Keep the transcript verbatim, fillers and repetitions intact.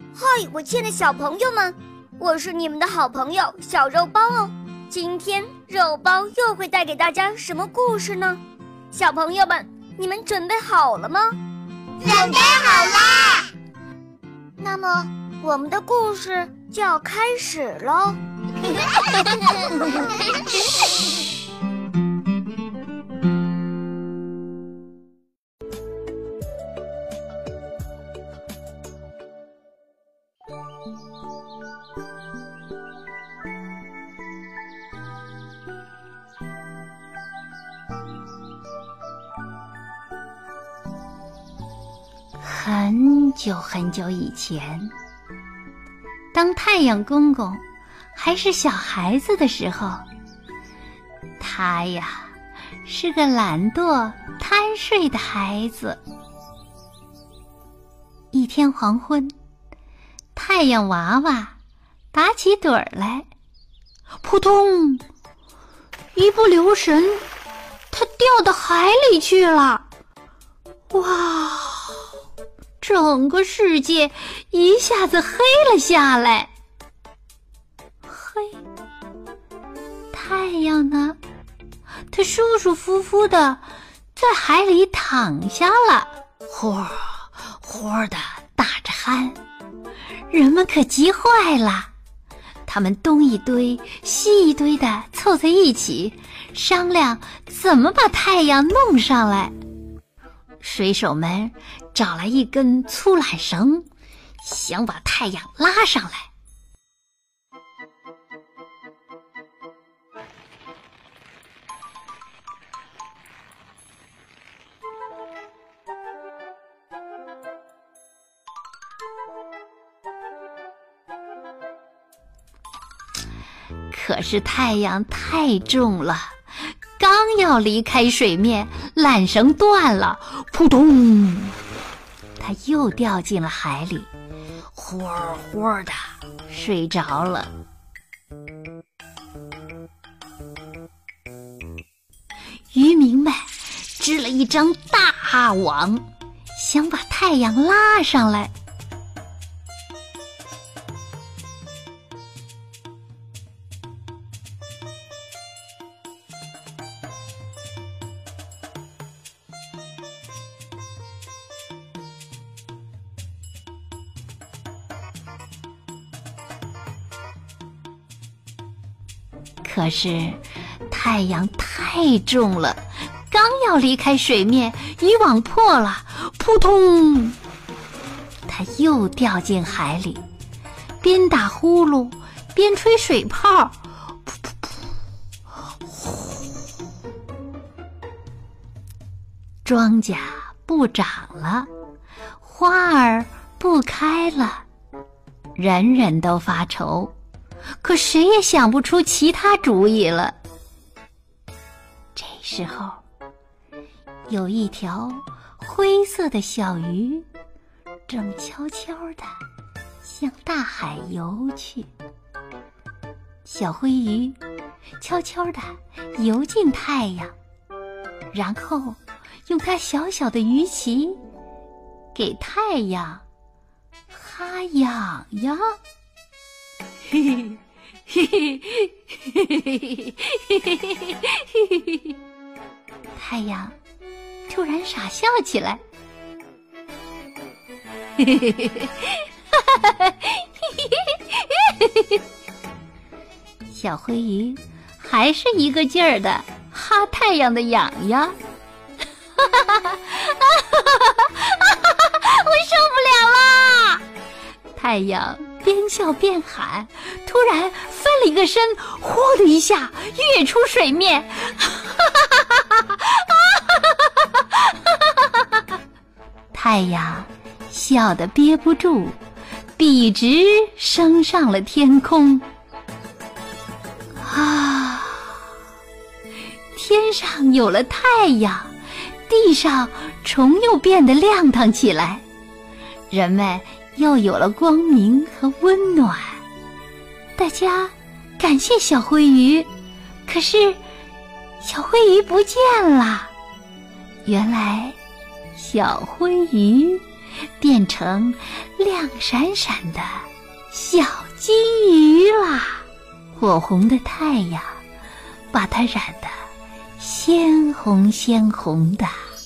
嗨，我亲爱的小朋友们，我是你们的好朋友小肉包哦。今天肉包又会带给大家什么故事呢？小朋友们，你们准备好了吗？ 准备好啦！ 那么我们的故事就要开始喽。 很久很久以前，当太阳公公还是小孩子的时候，他呀是个懒惰贪睡的孩子。一天黄昏，太阳娃娃打起盹儿来，扑通，一不留神，他掉到海里去了。哇！整个世界一下子黑了下来。嘿，太阳呢？它舒舒服服的在海里躺下了，呼儿呼儿的打着鼾。人们可急坏了，他们东一堆西一堆的凑在一起，商量怎么把太阳弄上来。水手们找来一根粗缆绳，想把太阳拉上来。可是太阳太重了，刚要离开水面，缆绳断了，扑通，它又掉进了海里，呼儿呼儿的睡着了。渔民们织了一张大网，想把太阳拉上来。可是太阳太重了，刚要离开水面，渔网破了，扑通，它又掉进海里，边打呼噜边吹水泡，噗噗噗，呼，庄稼不长了，花儿不开了，人人都发愁，可谁也想不出其他主意了。这时候，有一条灰色的小鱼正悄悄地向大海游去。小灰鱼悄悄地游进太阳，然后用它小小的鱼鳍给太阳哈痒痒。嘿嘿嘿嘿嘿嘿嘿嘿，太阳突然傻笑起来，嘿嘿嘿嘿哈哈嘿嘿，小灰鱼还是一个劲儿的哈太阳的痒痒，哈哈哈哈哈！我受不了啦！太阳边笑边喊，突然翻了一个身，呼的一下跃出水面，太阳笑得憋不住，笔直升上了天空。啊，天上有了太阳，地上重又变得亮堂起来，人们又有了光明和温暖。大家感谢小灰鱼，可是小灰鱼不见了。原来小灰鱼变成亮闪闪的小金鱼啦！火红的太阳把它染得鲜红鲜红的。